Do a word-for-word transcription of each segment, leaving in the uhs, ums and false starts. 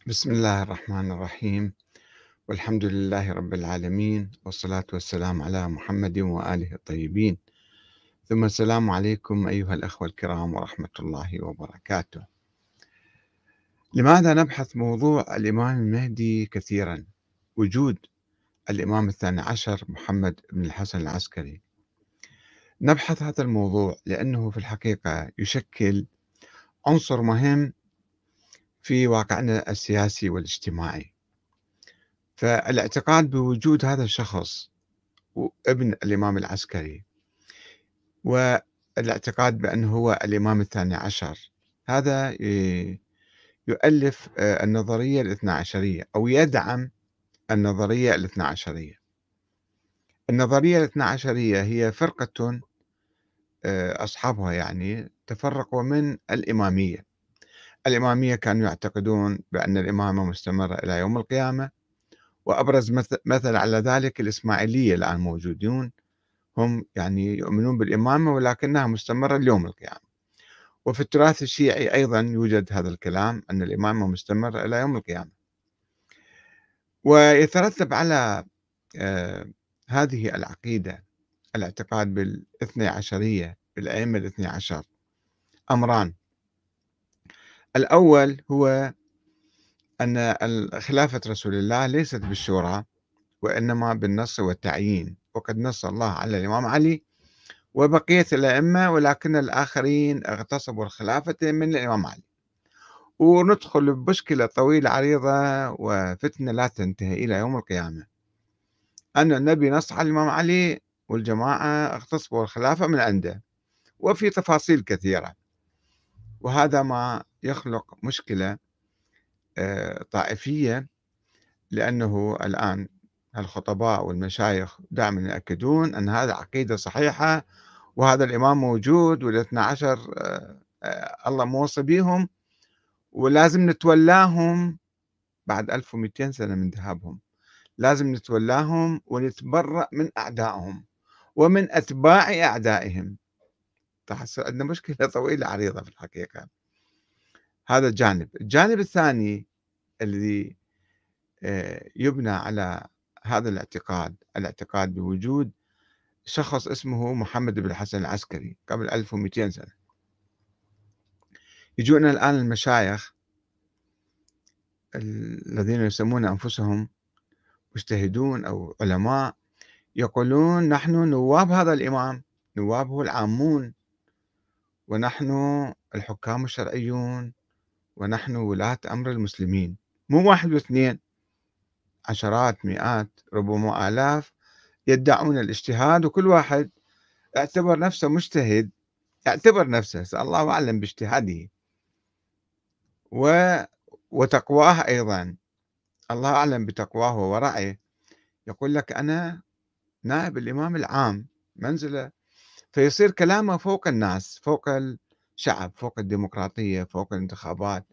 بسم الله الرحمن الرحيم، والحمد لله رب العالمين، والصلاة والسلام على محمد وآله الطيبين، ثم السلام عليكم أيها الأخوة الكرام ورحمة الله وبركاته. لماذا نبحث موضوع الإمام المهدي كثيرا؟ وجود الإمام الثاني عشر محمد بن الحسن العسكري. نبحث هذا الموضوع لأنه في الحقيقة يشكل عنصر مهم في واقعنا السياسي والاجتماعي. فالاعتقاد بوجود هذا الشخص وابن الإمام العسكري والاعتقاد بأنه هو الإمام الثاني عشر، هذا ي- يؤلف آه، النظرية الاثنى عشرية أو يدعم النظرية الاثنى عشرية. النظرية الاثنى عشرية هي فرقة آه، أصحابها يعني تفرقوا من الإمامية. الإمامية كانوا يعتقدون بأن الإمامة مستمرة إلى يوم القيامة، وأبرز مثل مثل على ذلك الإسماعيلية الآن موجودون، هم يعني يؤمنون بالإمامة ولكنها مستمرة ليوم القيامة. وفي التراث الشيعي أيضا يوجد هذا الكلام أن الإمامة مستمرة إلى يوم القيامة. ويترتب على آه هذه العقيدة، الاعتقاد بالاثني عشرية بالأئمة الاثني عشر، أمران. الأول هو أن خلافة رسول الله ليست بالشورى، وإنما بالنص والتعيين، وقد نص الله على الإمام علي وبقية الأئمة، ولكن الآخرين اغتصبوا الخلافة من الإمام علي. وندخل بمشكلة طويلة عريضة وفتنة لا تنتهي إلى يوم القيامة، أن النبي نص على الإمام علي والجماعة اغتصبوا الخلافة من عنده، وفي تفاصيل كثيرة. وهذا ما يخلق مشكلة آه، طائفية، لأنه الآن الخطباء والمشايخ دائما يأكدون أن هذه عقيدة صحيحة، وهذا الإمام موجود والاثنى عشر آه، آه، الله موصي بهم، ولازم نتولاهم بعد ألف ومئتين سنة من ذهابهم. لازم نتولاهم ونتبرأ من أعدائهم ومن أتباع أعدائهم. تحصل عندنا مشكلة طويلة عريضة في الحقيقة. هذا الجانب. الجانب الثاني الذي آه، يبنى على هذا الاعتقاد، الاعتقاد بوجود شخص اسمه محمد بن الحسن العسكري قبل ألف ومئتين سنة. يجونا الآن المشايخ الذين يسمون أنفسهم مجتهدون أو علماء، يقولون نحن نواب هذا الإمام، نوابه العامون، ونحن الحكام الشرعيون، ونحن ولاة أمر المسلمين. مو واحد واثنين، عشرات مئات ربما آلاف يدعون الاجتهاد، وكل واحد اعتبر نفسه مجتهد، اعتبر نفسه الله أعلم باجتهاده و... وتقواه أيضا، الله أعلم بتقواه وورعه. يقول لك أنا نائب الإمام العام منزلة، فيصير كلامه فوق الناس، فوق الشعب، فوق الديمقراطية، فوق الانتخابات،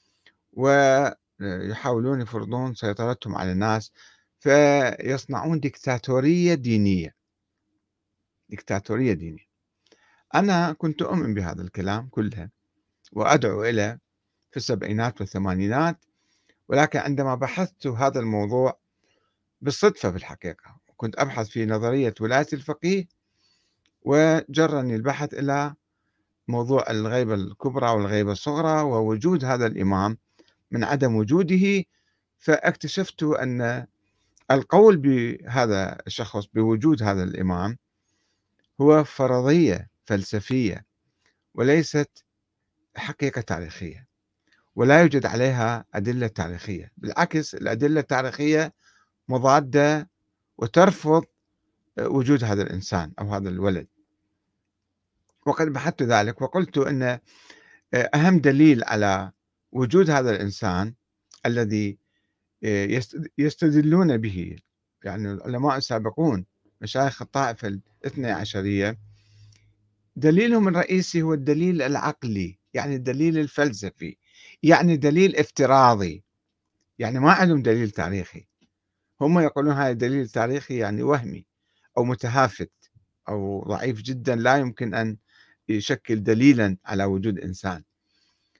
ويحاولون يفرضون سيطرتهم على الناس، فيصنعون ديكتاتورية دينية. ديكتاتورية دينية. أنا كنت أؤمن بهذا الكلام كله وأدعو إليه في السبعينات والثمانينات، ولكن عندما بحثت هذا الموضوع بالصدفة في الحقيقة، كنت أبحث في نظرية ولاية الفقيه، وجرني البحث إلى موضوع الغيبة الكبرى والغيبة الصغرى ووجود هذا الإمام من عدم وجوده. فاكتشفت أن القول بهذا الشخص بوجود هذا الإمام هو فرضية فلسفية وليست حقيقة تاريخية، ولا يوجد عليها أدلة تاريخية. بالعكس، الأدلة التاريخية مضادة وترفض وجود هذا الإنسان أو هذا الولد. وقد بحثت ذلك وقلت أن أهم دليل على وجود هذا الإنسان الذي يستدلون به يعني العلماء السابقون مشايخ الطائفة الاثنى عشرية، دليلهم الرئيسي هو الدليل العقلي، يعني الدليل الفلسفي، يعني دليل افتراضي، يعني ما عندهم دليل تاريخي. هم يقولون هذا الدليل التاريخي يعني وهمي أو متهافت أو ضعيف جدا، لا يمكن أن يشكل دليلا على وجود إنسان.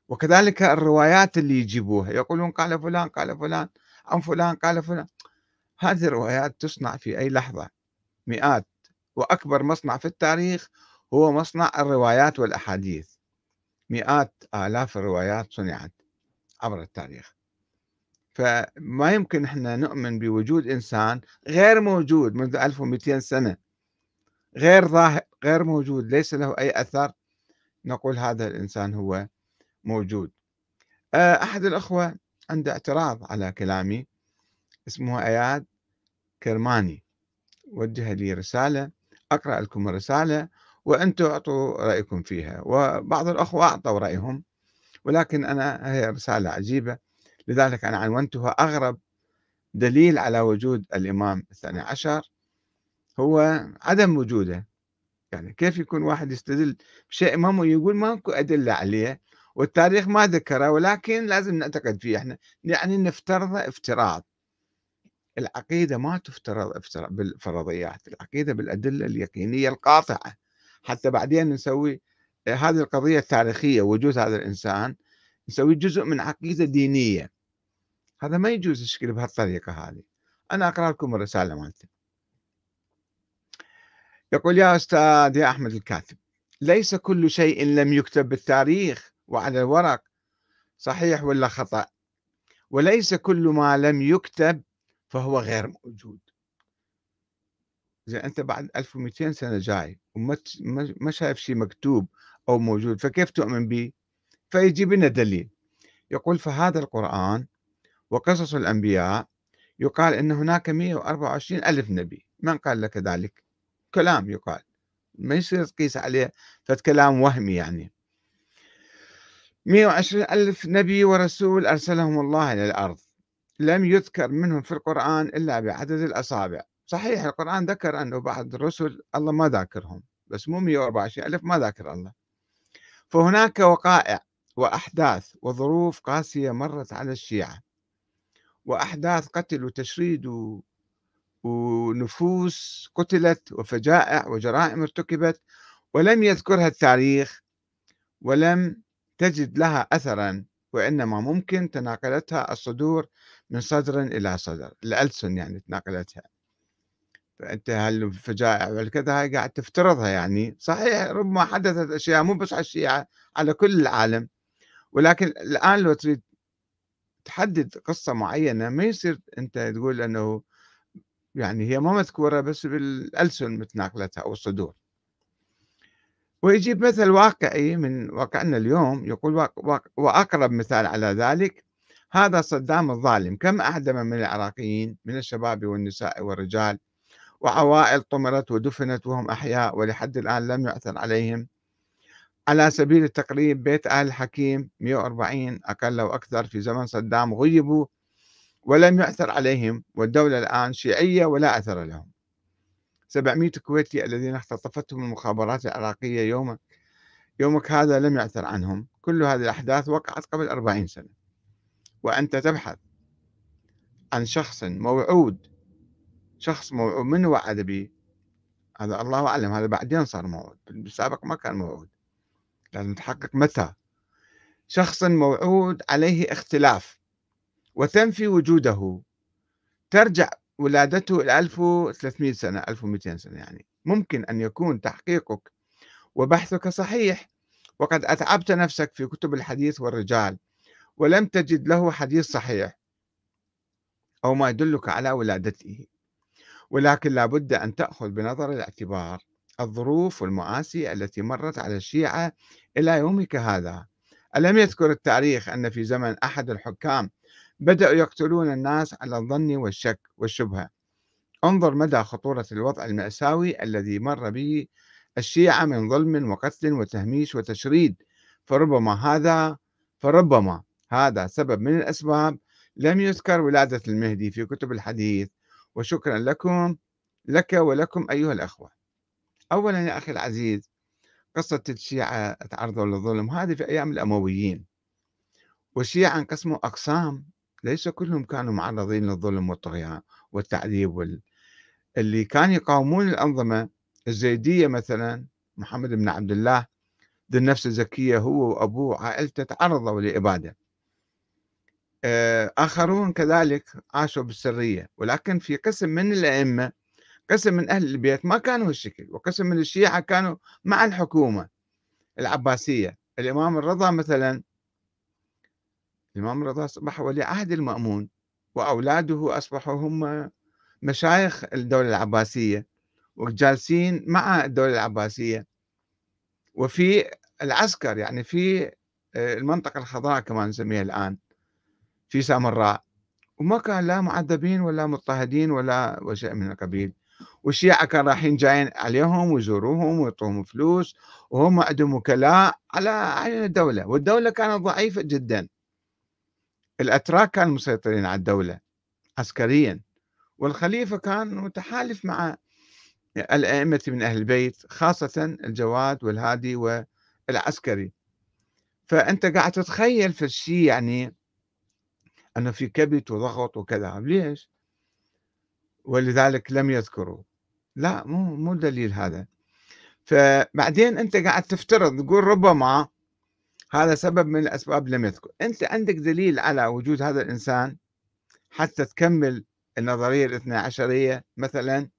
وكذلك الروايات اللي يجيبوها يقولون قال فلان قال فلان عن فلان قال فلان. هذه الروايات تصنع في أي لحظة مئات، وأكبر مصنع في التاريخ هو مصنع الروايات والأحاديث. مئات آلاف الروايات صنعت عبر التاريخ. فما يمكن احنا نؤمن بوجود إنسان غير موجود منذ ألف ومئتين سنة، غير ظاهر، غير موجود، ليس له أي أثر، نقول هذا الإنسان هو موجود. آه، أحد الأخوة عنده اعتراض على كلامي، اسمه أياد كرماني، وجه لي رسالة، أقرأ لكم الرسالة وأنتم أعطوا رأيكم فيها. وبعض الأخوة أعطوا رأيهم، ولكن أنا هي رسالة عجيبة، لذلك أنا عنونتها أغرب دليل على وجود الإمام الثاني عشر هو عدم وجوده. يعني كيف يكون واحد يستدل بشيء ما يقول ماكو أدلة عليه والتاريخ ما ذكره، ولكن لازم نعتقد فيه احنا، يعني نفترض افتراض. العقيدة ما تفترض افتراض بالفرضيات، العقيدة بالأدلة اليقينية القاطعة، حتى بعدين نسوي هذه القضية التاريخية، وجود هذا الإنسان نسوي جزء من عقيدة دينية. هذا ما يجوز الشكل بهالطريقة هذه. أنا أقرأ لكم الرسالة مالته. يقول: يا أستاذ يا أحمد الكاتب، ليس كل شيء لم يكتب بالتاريخ وعلى الورق صحيح ولا خطأ، وليس كل ما لم يكتب فهو غير موجود. زين أنت بعد ألف ومئتين سنة جاي وما ما ما شايف شيء مكتوب أو موجود، فكيف تؤمن به؟ فيجيب لنا دليل. يقول: فهذا القرآن وقصص الأنبياء يقال أن هناك مئة وأربعة وعشرين ألف نبي. من قال لك ذلك؟ كلام يقال، ما يصير تقيس عليه فكلام وهمي. يعني مئة وعشرين ألف نبي ورسول أرسلهم الله إلى الأرض، لم يذكر منهم في القرآن إلا بعدد الأصابع. صحيح القرآن ذكر أنه بعض الرسل الله ما ذاكرهم، بس مو مئة وأربعة وعشرين ألف ما ذاكر الله. فهناك وقائع وأحداث وظروف قاسية مرت على الشيعة، وأحداث قتل وتشريد و... ونفوس قتلت وفجائع وجرائم ارتكبت ولم يذكرها التاريخ، ولم تجد لها أثرا، وإنما ممكن تناقلتها الصدور من صدر إلى صدر، الألسن يعني تناقلتها. فأنت هالفجائع والكذا هاي قاعد تفترضها. يعني صحيح ربما حدثت أشياء مو بس على الشيعة، على كل العالم، ولكن الآن لو تريد تحدد قصة معينة ما يصير أنت تقول أنه يعني هي ما مذكورة بس بالألسن متناقلتها أو الصدور. ويجيب مثل واقعي من واقعنا اليوم، يقول: واق- واق- وأقرب مثال على ذلك هذا صدام الظالم، كم أعدم من العراقيين من الشباب والنساء والرجال، وعوائل طمرت ودفنت وهم أحياء ولحد الآن لم يعثر عليهم. على سبيل التقريب بيت آل الحكيم مئة وأربعين أقل وأكثر في زمن صدام غيبوا ولم يعثر عليهم، والدولة الآن شيعية ولا أثر لهم. سبعمئة كويتي الذين اختطفتهم المخابرات العراقية يوم يومك هذا لم يعثر عنهم. كل هذه الأحداث وقعت قبل أربعين سنة، وأنت تبحث عن شخص موعود. شخص موعود، من وعد به؟ هذا الله أعلم، هذا بعدين صار موعود، بالسابق ما كان موعود. لازم تحقق متى. شخص موعود عليه اختلاف وتنفي وجوده، ترجع ولادته إلى ألف وثلاثمئة سنة، ألف ومئتين سنة. يعني ممكن أن يكون تحقيقك وبحثك صحيح، وقد أتعبت نفسك في كتب الحديث والرجال ولم تجد له حديث صحيح أو ما يدلك على ولادته، ولكن لا بد أن تأخذ بنظر الاعتبار الظروف والمآسي التي مرت على الشيعة إلى يومك هذا. ألم يذكر التاريخ أن في زمن أحد الحكام بدأوا يقتلون الناس على الظن والشك والشبهة؟ انظر مدى خطورة الوضع المأساوي الذي مر به الشيعة من ظلم وقتل وتهميش وتشريد. فربما هذا فربما هذا سبب من الأسباب لم يذكر ولادة المهدي في كتب الحديث. وشكرا لكم، لك ولكم أيها الأخوة. أولا يا أخي العزيز، قصة الشيعة تعرضوا للظلم هذه في أيام الأمويين، والشيعة انقسموا أقسام، ليس كلهم كانوا معرضين للظلم والطغيان والتعذيب وال... اللي كانوا يقاومون الأنظمة الزيدية مثلا محمد بن عبد الله ذو النفس الزكية هو وأبوه وعائلته تعرضوا لإبادة. آآ آخرون كذلك عاشوا بالسرية، ولكن في قسم من الأئمة، قسم من أهل البيت ما كانوا هالشكل، وقسم من الشيعة كانوا مع الحكومة العباسية. الإمام الرضا مثلًا، الإمام الرضا أصبح ولي عهد المأمون، وأولاده أصبحوا هم مشايخ الدولة العباسية، وجالسين مع الدولة العباسية، وفي العسكر يعني في آآ المنطقة الخضراء كما نسميها الآن في سامراء. وما كان لا معذبين ولا مضطهدين ولا وشيء من القبيل. والشيعة كانوا رايحين جايين عليهم ويزوروهم ويعطوهم فلوس، وهم عندهم وكلاء على أعين الدولة، والدولة كانت ضعيفة جدا. الأتراك كانوا مسيطرين على الدولة عسكريا، والخليفة كان متحالف مع الأئمة من أهل البيت، خاصة الجواد والهادي والعسكري. فأنت قاعد تتخيل في الشيء يعني أنه في كبت وضغط وكذا، ليش؟ ولذلك لم يذكروا. لا، مو مو دليل هذا. فبعدين أنت قاعد تفترض تقول ربما هذا سبب من الأسباب لم يذكر. أنت عندك دليل على وجود هذا الإنسان حتى تكمل النظرية الاثنى عشرية مثلا،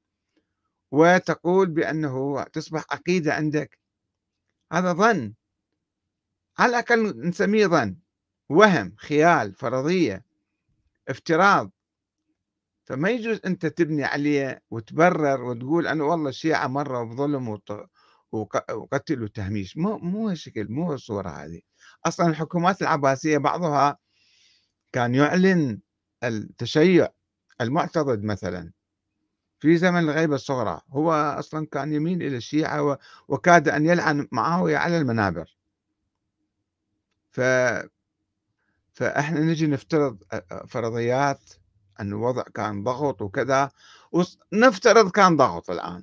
وتقول بأنه تصبح عقيدة عندك؟ هذا ظن، على الأقل نسميه ظن، وهم، خيال، فرضية، افتراض. فما يجوز أنت تبني عليه وتبرر وتقول أنا والله الشيعة مرة بظلم وط- وق- وقتل وتهميش. مو مو هالشكل، مو الصورة هذه. أصلا الحكومات العباسية بعضها كان يعلن التشيع المعتضد مثلا في زمن الغيبة الصغرى، هو أصلا كان يميل إلى الشيعة و- وكاد أن يلعن معاوية على المنابر. ف... فإحنا نجي نفترض أ- أ- فرضيات أن الوضع كان ضغط وكذا، ونفترض كان ضغط الآن،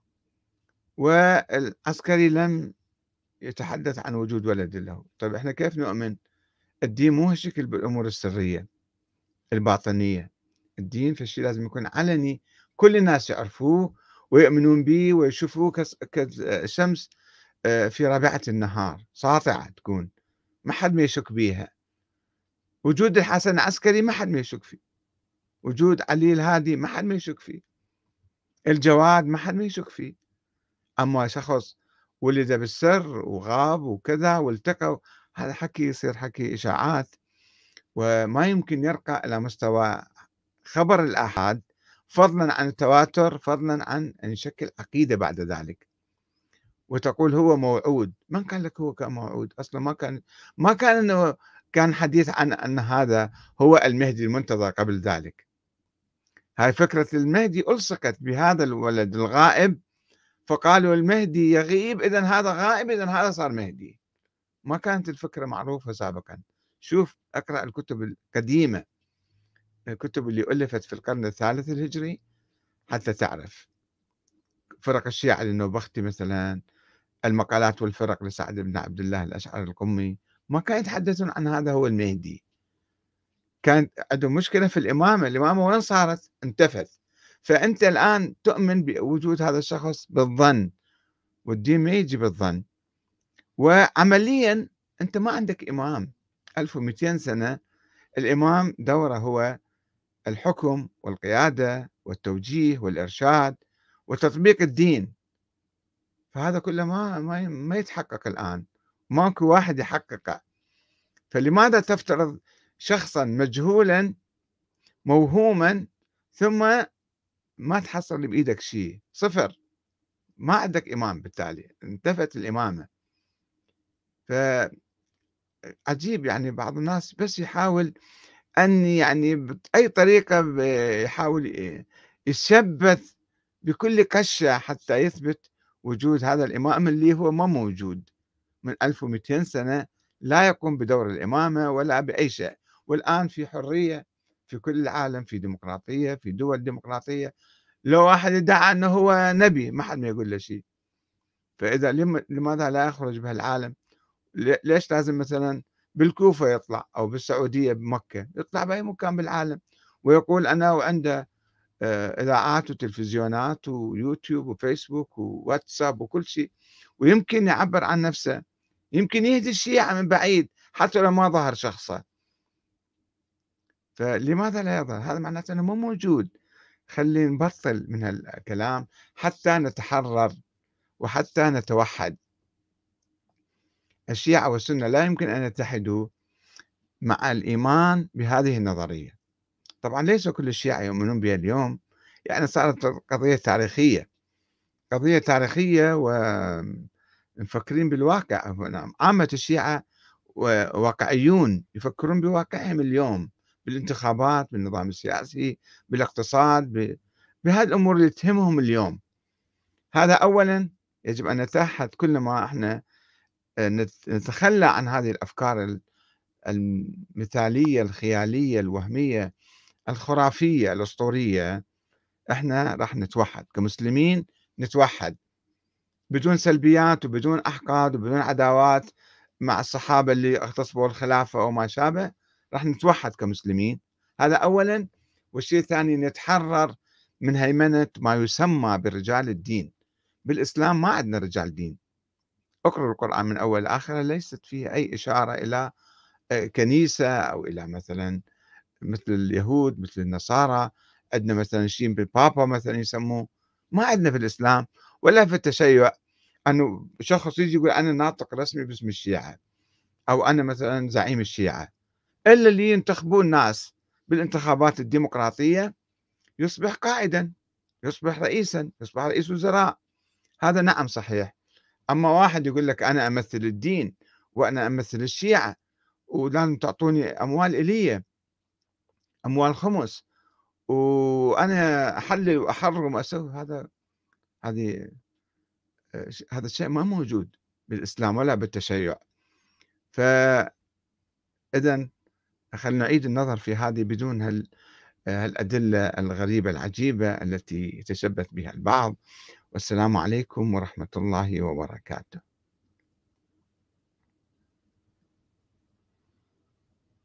والعسكري لم يتحدث عن وجود ولد له. طيب إحنا كيف نؤمن؟ الدين مو هالشكل بالأمور السرية الباطنية. الدين في الشيء لازم يكون علني، كل الناس يعرفوه ويؤمنون به ويشوفوه كس- كالشمس آه، في رابعة النهار ساطعة تكون، ما حد ما يشك بيها. وجود الحسن العسكري ما حد ما يشك فيه، وجود علي الهادي ما حد ما يشك فيه، الجواد ما حد ما يشك فيه. أما شخص ولد بالسر وغاب وكذا والتقى، هذا حكي يصير حكي إشاعات، وما يمكن يرقى إلى مستوى خبر الآحاد، فضلا عن التواتر، فضلا عن أن يشكل عقيدة بعد ذلك. وتقول هو موعود. من قال لك هو كان موعود؟ أصلا ما كان، ما كان أنه كان حديث عن أن هذا هو المهدي المنتظر قبل ذلك. هاي فكرة المهدي ألصقت بهذا الولد الغائب، فقالوا المهدي يغيب إذا هذا غائب إذا هذا صار مهدي. ما كانت الفكرة معروفة سابقا. شوف اقرأ الكتب القديمة، الكتب اللي ألفت في القرن الثالث الهجري حتى تعرف. فرق الشيعة للنوبختي مثلا، المقالات والفرق لسعد بن عبد الله الأشعري القمي، ما كانوا يتحدثون عن هذا هو المهدي. كانت عندهم مشكلة في الإمامة. الإمامة وين صارت؟ انتفت. فأنت الآن تؤمن بوجود هذا الشخص بالظن، والدين ما يجي بالظن. وعمليا أنت ما عندك إمام. ألف ومئتين سنة الإمام دوره هو الحكم والقيادة والتوجيه والإرشاد وتطبيق الدين. فهذا كله ما ما ما يتحقق الآن، ماكو واحد يحققه. فلماذا تفترض شخصا مجهولا موهوما ثم ما تحصل بإيدك شيء؟ صفر. ما عندك إمام، بالتالي انتفت الإمامة. فعجيب يعني بعض الناس بس يحاول أن يعني بأي طريقة ب يحاول ي يتشبث بكل قشة حتى يثبت وجود هذا الإمام اللي هو ما موجود من ألف ومئتين سنة، لا يقوم بدور الإمامة ولا بأي شيء. والآن في حرية في كل العالم، في ديمقراطية، في دول ديمقراطية. لو واحد ادعى أنه هو نبي ما حد ما يقول له شيء. فإذا لم لماذا لا يخرج بهالعالم؟ ل ليش لازم مثلًا بالكوفة يطلع أو بالسعودية بمكة، يطلع بأي مكان بالعالم ويقول أنا وعنده آآ إذاعات وتلفزيونات ويوتيوب وفيسبوك وواتساب وكل شيء، ويمكن يعبّر عن نفسه. يمكن يهدي الشيعة من بعيد حتى لو ما ظهر شخصه. فلماذا لا يظهر؟ هذا معناته أنه مو موجود. خلي نبطل من هالكلام حتى نتحرر وحتى نتوحد. الشيعة والسنة لا يمكن أن يتحدوا مع الإيمان بهذه النظرية. طبعا ليس كل الشيعة يؤمنون بها اليوم، يعني صارت قضية تاريخية، قضية تاريخية ومفكرين بالواقع. نعم، عامة الشيعة واقعيون، يفكرون بواقعهم اليوم، بالانتخابات، بالنظام السياسي، بالاقتصاد، ب... بهذه الأمور اللي تهمهم اليوم. هذا أولا يجب أن نتعهد كلما احنا نت- نتخلى عن هذه الأفكار ال- المثالية الخيالية الوهمية الخرافية الأسطورية. احنا راح نتوحد كمسلمين، نتوحد بدون سلبيات وبدون أحقاد وبدون عداوات مع الصحابة اللي اغتصبوا الخلافة أو ما شابه. راح نتوحد كمسلمين، هذا أولا. والشيء الثاني، نتحرر من هيمنة ما يسمى برجال الدين. بالإسلام ما عندنا رجال دين. اقرأ القرآن من أول لآخره، ليست فيه أي إشارة إلى آه، كنيسة أو إلى مثلا مثل اليهود مثل النصارى. عندنا مثلا شيء بالبابا مثلا يسموه. ما عندنا في الإسلام ولا في التشيع أنه شخص يجي يقول أنا ناطق رسمي باسم الشيعة، أو أنا مثلا زعيم الشيعة. إلا اللي ينتخبون الناس بالانتخابات الديمقراطية يصبح قائدا، يصبح رئيسا، يصبح رئيس وزراء. هذا نعم صحيح. أما واحد يقول لك أنا أمثل الدين وأنا أمثل الشيعة ولازم تعطوني أموال إلي، أموال خمس، وأنا أحلل وأحرم وأسوي، هذا هذه هذا الشيء ما موجود بالإسلام ولا بالتشيع. فإذا خلينا نعيد النظر في هذه بدون هال هالأدلة الغريبة العجيبة التي يتشبث بها البعض. والسلام عليكم ورحمة الله وبركاته.